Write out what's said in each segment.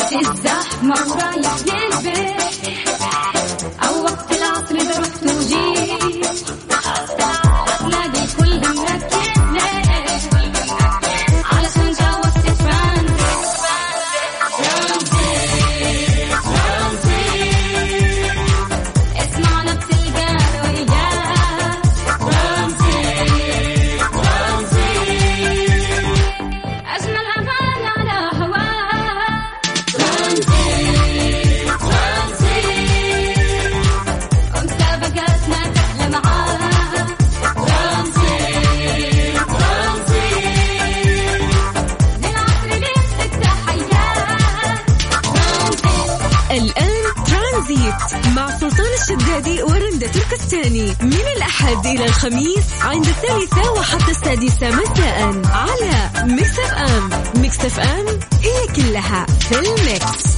وقت الزحمة ورايح للبيت أو وقت العصر إذا رحت وجيت هتلاقي كل مركز علشان جاوبت ترانزيت اسمعنا بتلقانا وياك ترانزيت أجمل أمان على هواك ترانزيت ومسابقاتنا تحلى معاك ترانزيت للعصر ليفتك تحيات الآن ترانزيت مع سلطان الشدادي ورندة تركستاني من الأحد إلى الخميس عند 3 وحتى 6 مساء على ميكس اف ام. ميكس اف ام هي كلها في الميكس.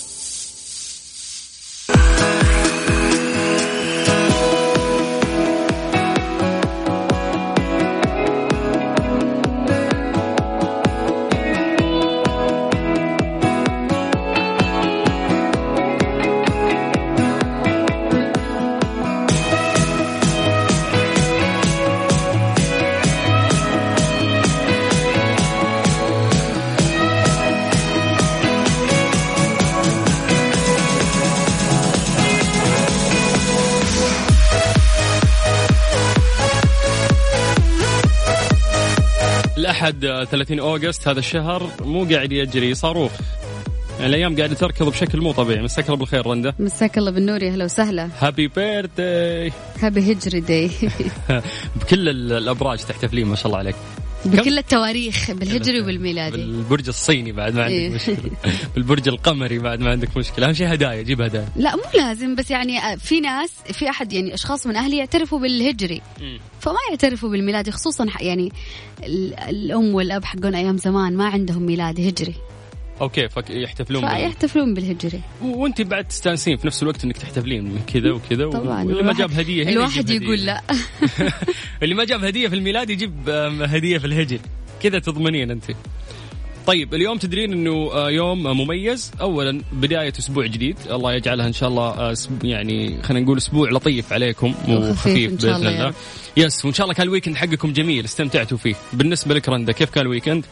الأحد 30 أغسطس هذا الشهر مو قاعد يجري صاروخ، يعني الأيام قاعدة تركض بشكل مو طبيعي. مساك الله بالخير رندة. مساك الله بالنور، يا هلا وسهلا. هابي بيرثداي. هابي هجري داي. بكل الأبراج تحتفلين ما شاء الله عليك، بكل التواريخ، بالهجري وبالميلادي، بالبرج الصيني بعد ما عندك مشكلة، بالبرج القمري بعد ما عندك مشكلة. أهم شيء هدايا، جيب هدايا. لا مو لازم، بس يعني في ناس، في أحد يعني أشخاص من أهلي يعترفوا بالهجري فما يعترفوا بالميلادي، خصوصا يعني الأم والأب حقون أيام زمان ما عندهم ميلاد هجري. اوكي فيحتفلون بالهجري، وانت بعد تستانسين في نفس الوقت انك تحتفلين كذا وكذا. طبعا واللي ما جاب هديه الواحد يقول لا. اللي ما جاب هديه في الميلاد يجيب هديه في الهجري، كذا تضمنين انت. طيب اليوم تدرين انه يوم مميز. اولا بدايه اسبوع جديد، الله يجعلها ان شاء الله يعني خلينا نقول اسبوع لطيف عليكم وخفيف باذن الله. يس، وان شاء الله كان الويكند حقكم جميل استمتعتوا فيه. بالنسبه لك رندا كيف كان الويكند؟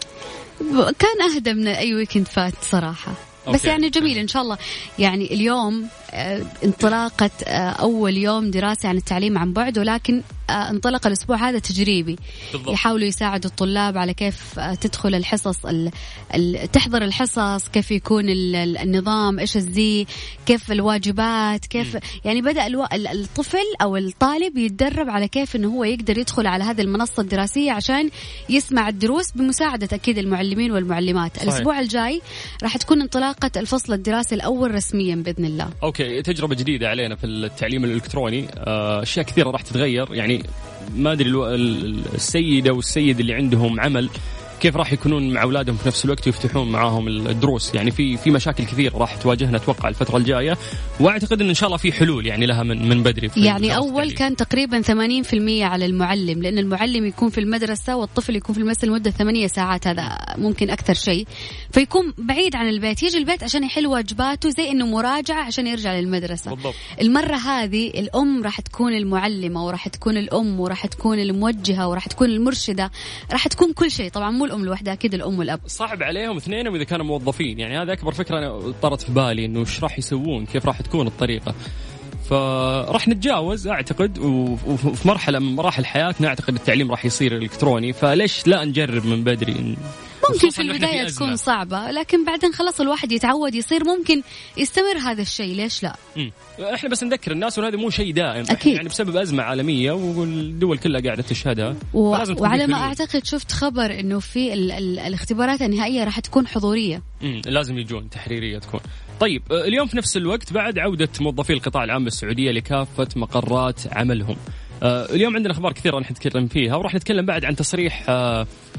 كان أهدى من أي ويكند فات صراحة. بس يعني جميل إن شاء الله. يعني اليوم انطلاقة أول يوم دراسي عن التعليم عن بعد، ولكن انطلق الأسبوع هذا تجريبي بالضبط. يحاولوا يساعدوا الطلاب على كيف تدخل الحصص، تحضر الحصص، كيف يكون النظام، إيش الزي، كيف الواجبات، كيف يعني بدأ الطفل أو الطالب يتدرب على كيف إنه هو يقدر يدخل على هذه المنصة الدراسية عشان يسمع الدروس بمساعدة أكيد المعلمين والمعلمات. صحيح. الأسبوع الجاي راح تكون انطلاقة الفصل الدراسي الأول رسميا بإذن الله. أوكي، تجربة جديدة علينا في التعليم الإلكتروني. أشياء كثيرة راح تتغير. يعني ما أدري السيدة والسيد اللي عندهم عمل كيف راح يكونون مع أولادهم في نفس الوقت ويفتحون معاهم الدروس. يعني في مشاكل كثير راح تواجهنا أتوقع الفترة الجاية، وأعتقد إن شاء الله في حلول يعني لها من بدري. يعني أول كان تقريبا 80% على المعلم، لأن المعلم يكون في المدرسة والطفل يكون في المدرسة لمدة 8 ساعات، هذا ممكن أكثر شيء، فيكون بعيد عن البيت، يجي البيت عشان يحل واجباته زي إنه مراجعة عشان يرجع للمدرسة. بالضبط. المرة هذه الأم راح تكون المعلمة، وراح تكون الأم، وراح تكون الموجهة، وراح تكون المرشدة، راح تكون كل شيء. طبعا مو الأم لوحدها، أكيد الأم والأب. صعب عليهم اثنينهم إذا كانوا موظفين. يعني هذا أكبر فكرة أنا طرت في بالي، إنه إيش راح يسوون، كيف راح تكون الطريقة. فراح نتجاوز أعتقد، وفي مرحلة من مراحل حياتنا أعتقد التعليم راح يصير إلكتروني، فليش لا نجرب من بدري. ممكن في البداية تكون صعبة، لكن بعدين خلاص الواحد يتعود، يصير ممكن يستمر هذا الشيء، ليش لا. احنا بس نذكر الناس وهذا مو شيء دائم أكيد. يعني بسبب أزمة عالمية والدول كلها قاعدة تشهدها، وعلى ما أعتقد شفت خبر إنه في الاختبارات النهائية راح تكون حضورية، لازم يجون تحريرية تكون. طيب اليوم في نفس الوقت بعد عودة موظفي القطاع العام بالسعودية لكافة مقرات عملهم. اليوم عندنا أخبار كثيرة راح نتكلم فيها، وراح نتكلم بعد عن تصريح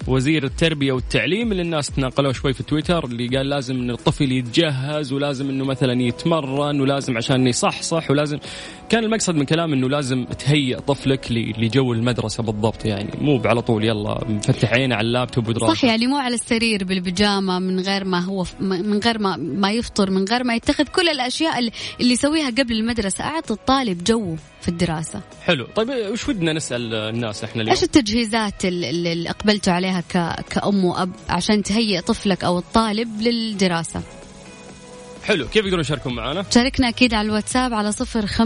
وزير التربية والتعليم اللي الناس تناقلوه شوي في تويتر، اللي قال لازم إن الطفل يتجهز ولازم إنه مثلا يتمرن ولازم عشان يصحصح ولازم. كان المقصد من كلام إنه لازم تهيئ طفلك لجو المدرسة بالضبط، يعني مو على طول يلا مفتح عينه على اللابتوب ودراسة. صح، يعني مو على السرير بالبيجامة من غير ما يفطر، من غير ما يتخذ كل الأشياء اللي يسويها قبل المدرسة. أعطي الطالب جو في الدراسة. حلو. طيب وش ودنا نسأل الناس احنا اليوم؟ ايش التجهيزات اللي اقبلتوا عليها كأم وأب عشان تهيئ طفلك أو الطالب للدراسة؟ حلو. كيف يقدرون يشاركون معنا؟ شاركنا أكيد على الواتساب على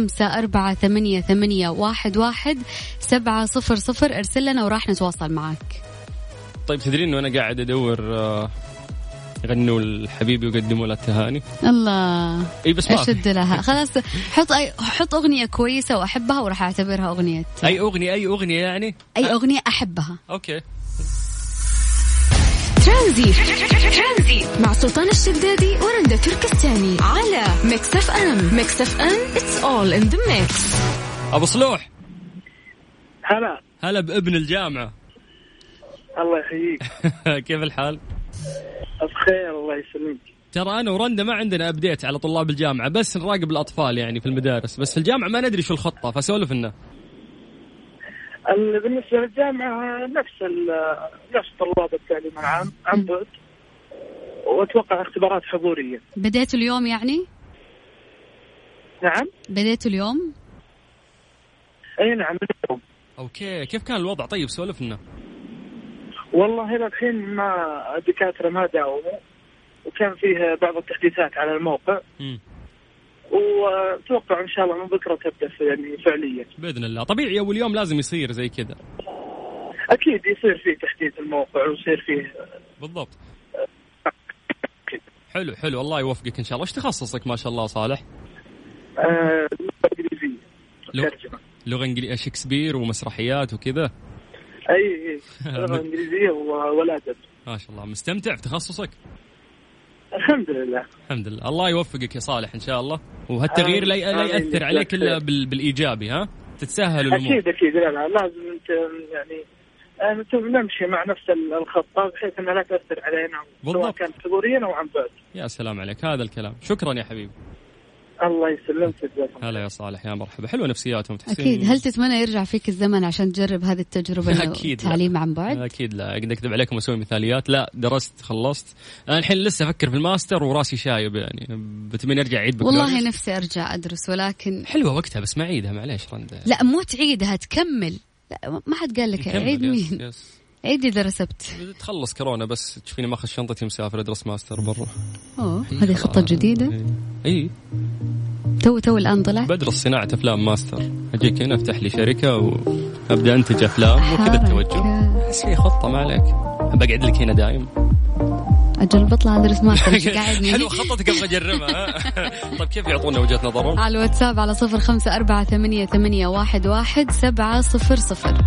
0548811700. ارسل لنا وراح نتواصل معك. طيب تدرين إنه أنا قاعد أدور يغنوا الحبيبي ويقدموا له التهاني. الله، اي بس اشد لها خلاص. حط أغنية كويسة وأحبها وراح أعتبرها أغنية. أي أغنية يعني أي أغنية أحبها. أوكي. ترانزيت مع سلطان الشدادي ورندا تركستاني على ميكس اف ام. ميكس اف ام it's all in the mix. أبو صلوح، هلا بابن الجامعة. الله يحييك. كيف الحال؟ بخير الله يسلمك. ترى أنا ورندا ما عندنا أبديت على طلاب الجامعة، بس نراقب الأطفال يعني في المدارس، بس في الجامعة ما ندري شو الخطة، فسولف لنا. بالنسبة للجامعة نفس طلاب التعليم العام عن بعد، وأتوقع اختبارات حضورية. بديت اليوم يعني؟ نعم بديت اليوم؟ أي نعم اليوم. أوكي. كيف كان الوضع؟ طيب سولف لنا. والله إلى الحين ما الدكاترة ما داوموا، وكان فيه بعض التحديثات على الموقع. وأتوقع إن شاء الله من بكرة تبدأ يعني فعليا بإذن الله. طبيعي أول يوم لازم يصير زي كذا. أكيد يصير فيه تحديث الموقع ويصير فيه بالضبط. حلو الله يوفقك إن شاء الله. إيش تخصصك ما شاء الله صالح؟ لغة إنجليزية. لغة إنجليزية، شكسبير ومسرحيات وكذا. أي لغة إنجليزية والأدب. ما شاء الله. مستمتع في تخصصك؟ الحمد لله. الحمد لله. الله يوفقك يا صالح إن شاء الله. وهالتغيير لا يأثر عليك إلا بالإيجابي. ها تتسهل الأمور. أكيد لا لازم أنت يعني نمشي مع نفس الخطة بحيث أنها لا تأثر علينا سواء كانت حضوريا أو عن بعد. يا سلام عليك، هذا الكلام. شكرا يا حبيبي. الله يسلمك. هلا يا صالح، يا مرحبا. حلوة نفسياتهم تحسين. أكيد. هل تتمنى يرجع فيك الزمن عشان تجرب هذه التجربة؟ أكيد تعليم عن بعد؟ أكيد لا. أقدر أكذب عليكم وأسوي مثاليات. لا، درست خلصت. أنا الحين لسه أفكر في الماستر وراسي شايب، يعني بتمنى أرجع عيد بكالوريوس. والله نفسي أرجع أدرس، ولكن حلوة وقتها بس ما عيدها. معليش رندا. لا مو تعيدها، تكمل. لا ما حد قال لك عيد. مين عيد إذا رسبت؟ تخلص كورونا بس تشوفيني ماخذ شنطتي مسافر أدرس ماستر برا. هذه خطة جديدة. إيه تو الآن طلع بدرس صناعة أفلام ماستر. أجيك هنا أفتح لي شركة وأبدأ أنتج أفلام وكذا التوجه. بس في خطة ما عليك، بقعد لك هنا دايم. أجل بطلع أدرس ماستر. قاعدني. حلو خطتك أبغى أجربها. طيب كيف يعطونا وجهة نظرهم؟ على الواتساب على 0548811700.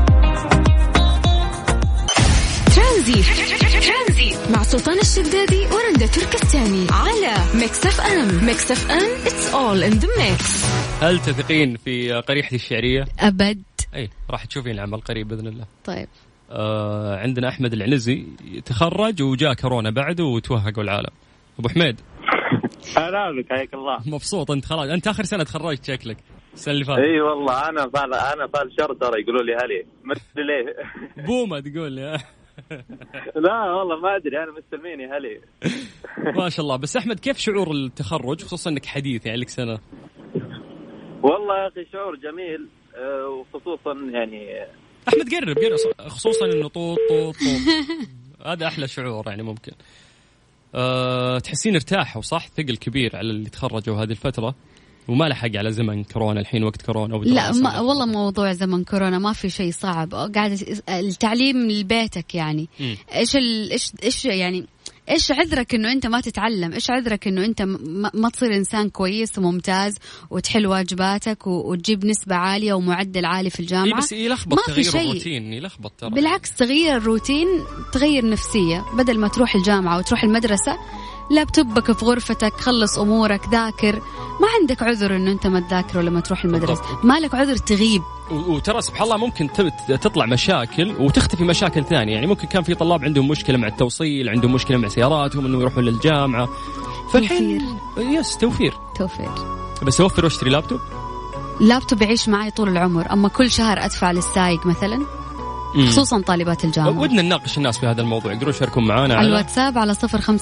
ترانزيت مع سلطان الشدادي ورندا تركستاني على ميكس اف ام. ميكس اف ام it's all in the mix. هل تثقين في قريحتي الشعرية؟ أبد. أي راح تشوفين العمل قريب بإذن الله. طيب عندنا أحمد العنزي تخرج وجاء كورونا بعده وتوهقوا العالم. أبو حميد هلا بك، حياك الله. مبسوط أنت؟ خلاص أنت آخر سنة تخرجت شكلك السنة اللي فاتت. اي والله انا طال شهر ترى يقولوا لي هلي ما ادري ليه. بومة تقول لي. لا والله ما ادري، انا مستلميني هلي. ما شاء الله. بس احمد كيف شعور التخرج خصوصا انك حديث يعني لك سنة؟ والله يا اخي شعور جميل، وخصوصا يعني احمد قرب خصوصا انه طوط هذا احلى شعور يعني ممكن. تحسين ارتاحوا صح؟ ثقل كبير على اللي تخرجوا هذه الفترة وما لحق على زمن كورونا. الحين وقت كورونا لا والله موضوع زمن كورونا ما في شيء صعب. قاعد التعليم لبيتك يعني. ايش يعني ايش عذرك انه انت ما تتعلم؟ ايش عذرك انه انت ما تصير انسان كويس وممتاز وتحل واجباتك وتجيب نسبة عالية ومعدل عالي في الجامعة؟ بس يلخبط تغيير الروتين، يلخبط ترى. بالعكس تغيير الروتين تغير نفسية. بدل ما تروح الجامعة وتروح المدرسة لابتوبك في غرفتك، خلص أمورك، ذاكر. ما عندك عذر إنه أنت ما تذاكر ولا ما تروح المدرسة. ما لك عذر تغيب. وترى سبحان الله ممكن تطلع مشاكل وتختفي مشاكل ثانية. يعني ممكن كان في طلاب عندهم مشكلة مع التوصيل، عندهم مشكلة مع سياراتهم إنه يروحون للجامعة، توفير. يس توفير. بس توفر واشتري لابتوب يعيش معي طول العمر. أما كل شهر أدفع للسايق مثلا، خصوصا طالبات الجامعة. ودنا نناقش الناس في هذا الموضوع، يقدروا يشاركون معنا على الواتساب على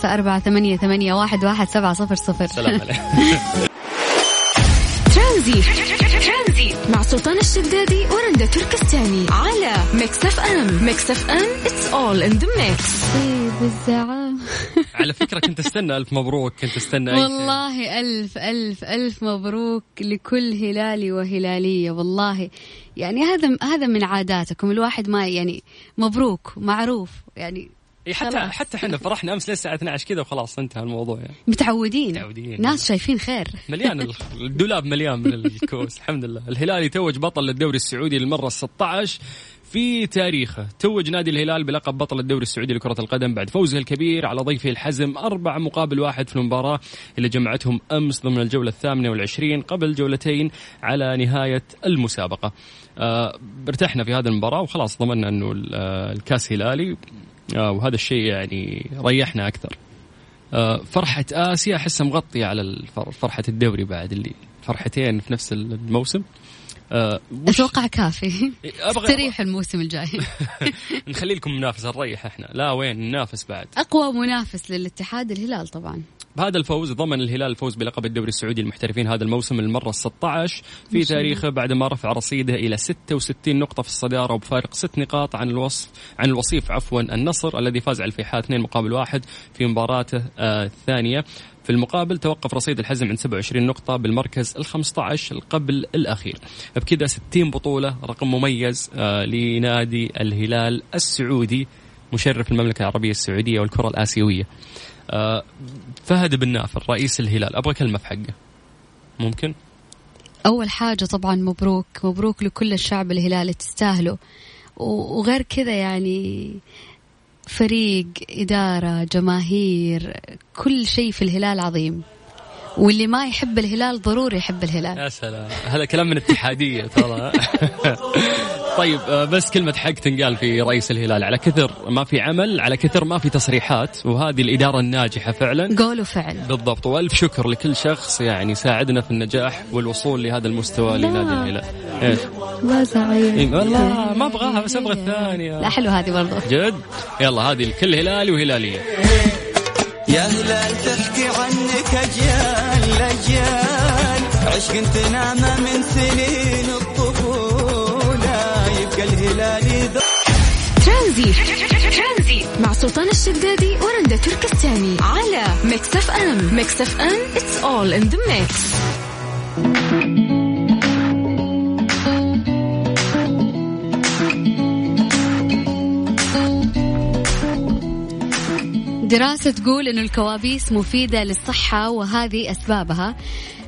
0548811700. سلام عليكم. ترانزيت مع سلطان الشدادي ورندا تركستاني على ميكس اف ام. ميكس اف ام it's all in the mix. بالزعام. على فكرة كنت استنى ألف مبروك، كنت استنى والله ألف مبروك لكل هلالي وهلالية. والله يعني هذا من عاداتكم، الواحد ما يعني مبروك معروف يعني. حتى احنا فرحنا امس للساعه 12 كذا وخلاص انتهى الموضوع يعني. متعودين. ناس شايفين خير. مليان الدولاب مليان من الكوس. الحمد لله. الهلال يتوج بطل للدوري السعودي للمره 16 في تاريخه. توج نادي الهلال بلقب بطل الدوري السعودي لكرة القدم بعد فوزه الكبير على ضيفه الحزم 4-1 في المباراة اللي جمعتهم أمس ضمن الجولة 28 قبل جولتين على نهاية المسابقة. ارتحنا في هذه المباراة وخلاص ضمننا أنه الكاس هلالي، وهذا الشيء يعني ريحنا أكثر. فرحة آسيا أحسها مغطية على فرحة الدوري بعد، اللي فرحتين في نفس الموسم. أتوقع كافي. تريح الموسم الجاي. نخلي لكم منافسة، نريح احنا. لا وين ننافس بعد. أقوى منافس للاتحاد الهلال طبعا. بهذا الفوز ضمن الهلال الفوز بلقب الدوري السعودي المحترفين هذا الموسم المرة 16 في تاريخه، بعد ما رفع رصيده إلى 66 نقطة في الصدارة وبفارق 6 نقاط عن الوصيف النصر الذي فاز على الفيحاء 2-1 في مباراته الثانية. في المقابل توقف رصيد الحزم عند 27 نقطة بالمركز ال15 قبل الأخير. بكذا 60 بطولة، رقم مميز لنادي الهلال السعودي مشرف المملكة العربية السعودية والكرة الآسيوية. فهد بن نافر رئيس الهلال، أبغى كلمة في حقه ممكن؟ أول حاجة طبعا مبروك لكل الشعب الهلالي، تستاهلوا. وغير كذا يعني فريق، إدارة، جماهير، كل شيء في الهلال عظيم، واللي ما يحب الهلال ضروري يحب الهلال. يا سلام، هذا كلام من اتحادية ترى. طيب بس كلمة حق تنقال في رئيس الهلال، على كثر ما في عمل، على كثر ما في تصريحات، وهذه الإدارة الناجحة فعلا قول وفعل. بالضبط. وألف شكر لكل شخص يعني ساعدنا في النجاح والوصول لهذا المستوى لنادي الهلال. إيش؟ ما زعيم والله ما أبغاها، بس أبغى الثانية. لا حلو هذه برضو جد. يلا هذه الكل هلالي وهلالية. يا هلال تحكي عنك أجيال عشق انت نعمة من سنين الطفولة، يبقى الهلالي ترانزيت مع سلطان الشدادي ورندا تركستاني على ميكس اف ام. ميكس اف ام it's all in the mix. دراسة تقول إنه الكوابيس مفيدة للصحة وهذه أسبابها.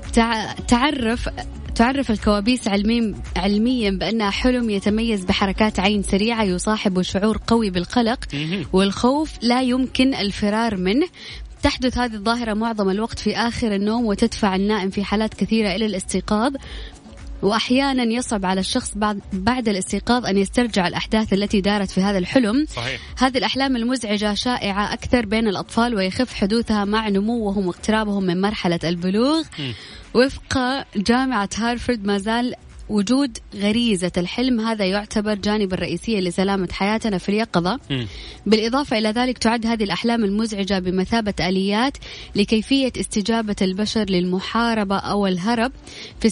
تعرف الكوابيس علميا بأنها حلم يتميز بحركات عين سريعة يصاحب شعور قوي بالقلق والخوف لا يمكن الفرار منه. تحدث هذه الظاهرة معظم الوقت في آخر النوم وتدفع النائم في حالات كثيرة إلى الاستيقاظ، وأحيانا يصعب على الشخص بعد الاستيقاظ أن يسترجع الأحداث التي دارت في هذا الحلم. صحيح. هذه الأحلام المزعجة شائعة أكثر بين الأطفال ويخف حدوثها مع نموهم واقترابهم من مرحلة البلوغ. وفق جامعة هارفارد ما زال وجود غريزة الحلم هذا يعتبر جانبا رئيسيا لسلامة حياتنا في اليقظة. بالإضافة إلى ذلك تعد هذه الأحلام المزعجة بمثابة آليات لكيفية استجابة البشر للمحاربة أو الهرب في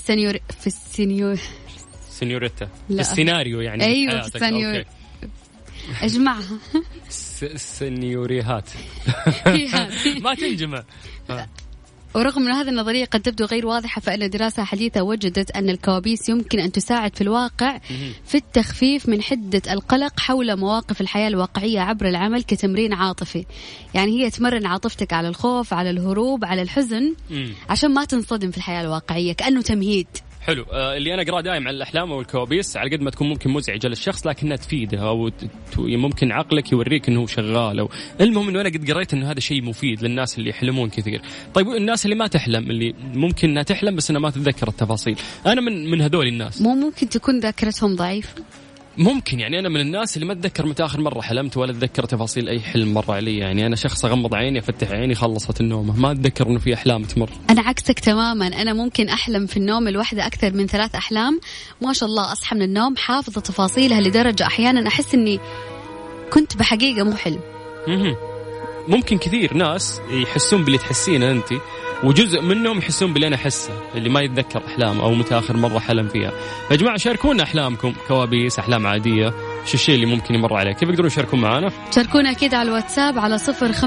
سينيوريتا في السيناريو يعني. أيوة في السيناريو. أجمعها. سينيوريهات ما تنجمع. ورغم أن هذه النظرية قد تبدو غير واضحة، فإن دراسة حديثة وجدت أن الكوابيس يمكن أن تساعد في الواقع في التخفيف من حدة القلق حول مواقف الحياة الواقعية عبر العمل كتمرين عاطفي. يعني هي تمرن عاطفتك على الخوف، على الهروب، على الحزن، عشان ما تنصدم في الحياة الواقعية، كأنه تمهيد. حلو. اللي انا اقراه دائما عن الاحلام او الكوابيس، على قد ما تكون ممكن مزعجه للشخص لكنها تفيده، او ممكن عقلك يوريك انه شغال، او المهم انه انا قد قريت انه هذا شيء مفيد للناس اللي يحلمون كثير. طيب الناس اللي ما تحلم، اللي ممكن انها تحلم بس انها ما تتذكر التفاصيل، انا من هذول الناس. ممكن تكون ذاكرتهم ضعيفه. ممكن يعني أنا من الناس اللي ما أتذكر متى آخر مرة حلمت، ولا أتذكر تفاصيل أي حلم مر علي. يعني أنا شخص أغمض عيني أفتح عيني خلصت النوم، ما أتذكر إنه في أحلام تمر. أنا عكسك تماما، أنا ممكن أحلم في النوم الواحدة أكثر من 3 أحلام ما شاء الله، أصحى من النوم حافظة تفاصيلها لدرجة أحيانا أحس إني كنت بحقيقة مو حلم. ممكن كثير ناس يحسون باللي تحسينه أنت، وجزء منهم يحسون باللي أنا أحسه، اللي ما يتذكر أحلام أو متى آخر مرة حلم فيها. يا جماعة شاركونا أحلامكم، كوابيس، أحلام عادية، شو الشيء اللي ممكن يمر عليك؟ كيف يقدرون يشاركون معنا؟ شاركونا أكيد على الواتساب على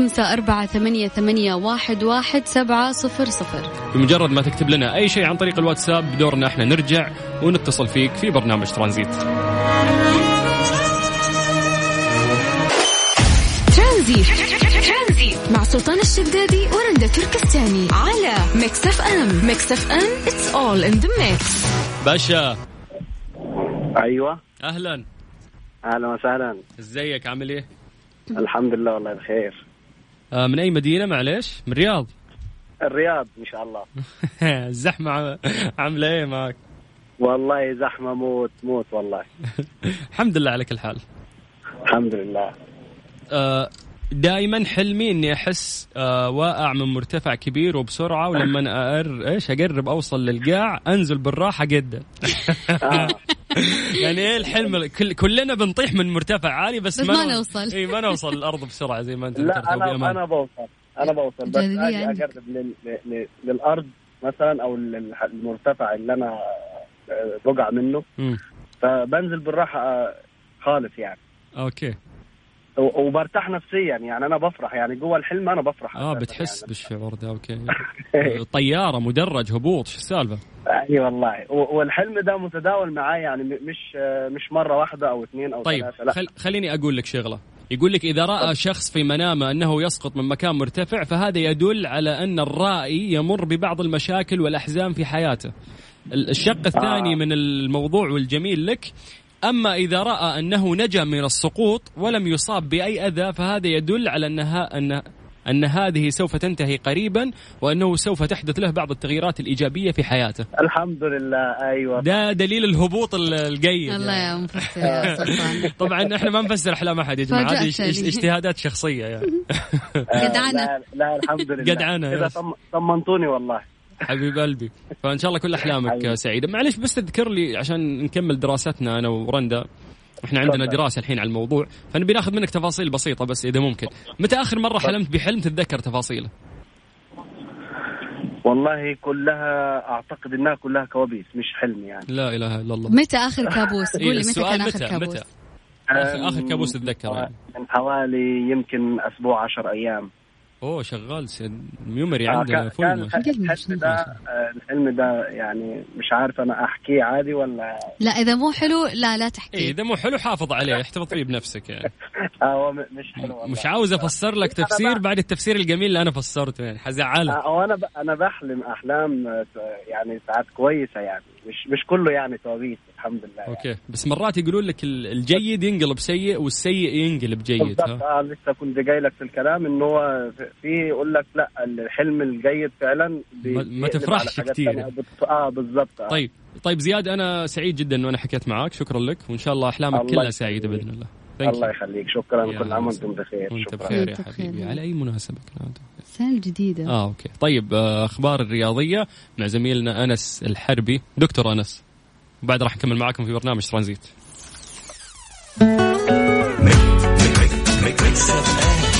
0548811700. بمجرد ما تكتب لنا أي شيء عن طريق الواتساب بدورنا إحنا نرجع ونتصل فيك في برنامج ترانزيت. ترانزيت مع سلطان الشدادي ورندا تركستاني على ميكس اف ام. ميكس اف ام it's all in the mix. باشا. ايوه اهلا. اهلا وسهلا. ازيك عامل ايه؟ الحمد لله والله بخير. من اي مدينة معليش؟ من الرياض. الرياض ان شاء الله. الزحمة عاملة ايه معك؟ والله زحمة موت والله. الحمد لله على كل حال. الحمد لله. دائما حلمي اني احس واقع من مرتفع كبير وبسرعه، ولما اقرب اوصل للقاع انزل بالراحه جدا. يعني ايه الحلم؟ كلنا بنطيح من مرتفع عالي بس ما نوصل. ما نوصل الارض بسرعه زي ما انت لا ذكرت. انا بوصل بس اقرب للارض مثلا او المرتفع اللي انا بقع منه، فبنزل بالراحه خالص يعني. اوكي. وبرتاح نفسيا يعني انا بفرح، يعني جوه الحلم انا بفرح. بتحس يعني بالشعور ده. اوكي. طيارة، مدرج، هبوط، شو السالفة؟ اي والله. والحلم ده متداول معايا يعني مش مرة واحدة او 2 أو 3. طيب خليني اقول لك شغلة. يقول لك إذا رأى شخص في منامه أنه يسقط من مكان مرتفع فهذا يدل على أن الرائي يمر ببعض المشاكل والأحزان في حياته. الشق الثاني من الموضوع والجميل لك، أما إذا رأى أنه نجا من السقوط ولم يصاب بأي أذى فهذا يدل على أن هذه سوف تنتهي قريبا، وأنه سوف تحدث له بعض التغييرات الإيجابية في حياته. الحمد لله. أيوة، ده دليل الهبوط الجيد. الله يا مفسر يا سلطان. طبعا احنا ما نفسر أحلام أحد يا جماعة، هذه اجتهادات شخصية يعني. جدعانة. لا الحمد لله. جدعانة. كذا طمنتوني والله. حبيب قلبي. فإن شاء الله كل أحلامك سعيدة. معلش بس تذكر لي عشان نكمل دراستنا أنا ورندا، إحنا عندنا دراسة الحين على الموضوع، فنبي ناخذ منك تفاصيل بسيطة بس إذا ممكن. متى آخر مرة حلمت بحلم تتذكر تفاصيله؟ والله كلها أعتقد إنها كلها كوابيس مش حلم يعني. لا إله إلا الله. متى آخر كابوس؟ قولي متى كان آخر كابوس؟ متى؟ آخر كابوس تتذكره يعني؟ من حوالي يمكن أسبوع 10 أيام. اوه شغال ميموري عنده فل. الحلم ده يعني مش عارف انا احكيه عادي ولا لا. اذا مو حلو لا تحكيه. اذا مو حلو حافظ عليه، احتفظ فيه بنفسك يعني. هو مش حلو والله. مش عاوز افسر لك تفسير بعد التفسير الجميل اللي انا فسرته يعني، حزعلك. انا بحلم احلام يعني ساعات كويسه يعني، مش كله يعني توابيس الحمد لله يعني. اوكي. بس مرات يقولون لك الجيد ينقلب سيء والسيء ينقلب جيد. لسه كنت جاي لك في الكلام انه هو في يقول لك لا الحلم الجيد فعلا ما تفرحش كتير. بالضبط. طيب زياد، انا سعيد جدا انه انا حكيت معاك، شكرا لك، وان شاء الله احلامك كلها سعيده باذن الله. الله يخليك. شكرا. كل عام وانتم بخير. وانت بخير يا حبيبي. على اي مناسبه كانت سنة جديده. اوكي. طيب اخبار الرياضيه مع زميلنا انس الحربي، دكتور انس، وبعد راح نكمل معاكم في برنامج ترانزيت.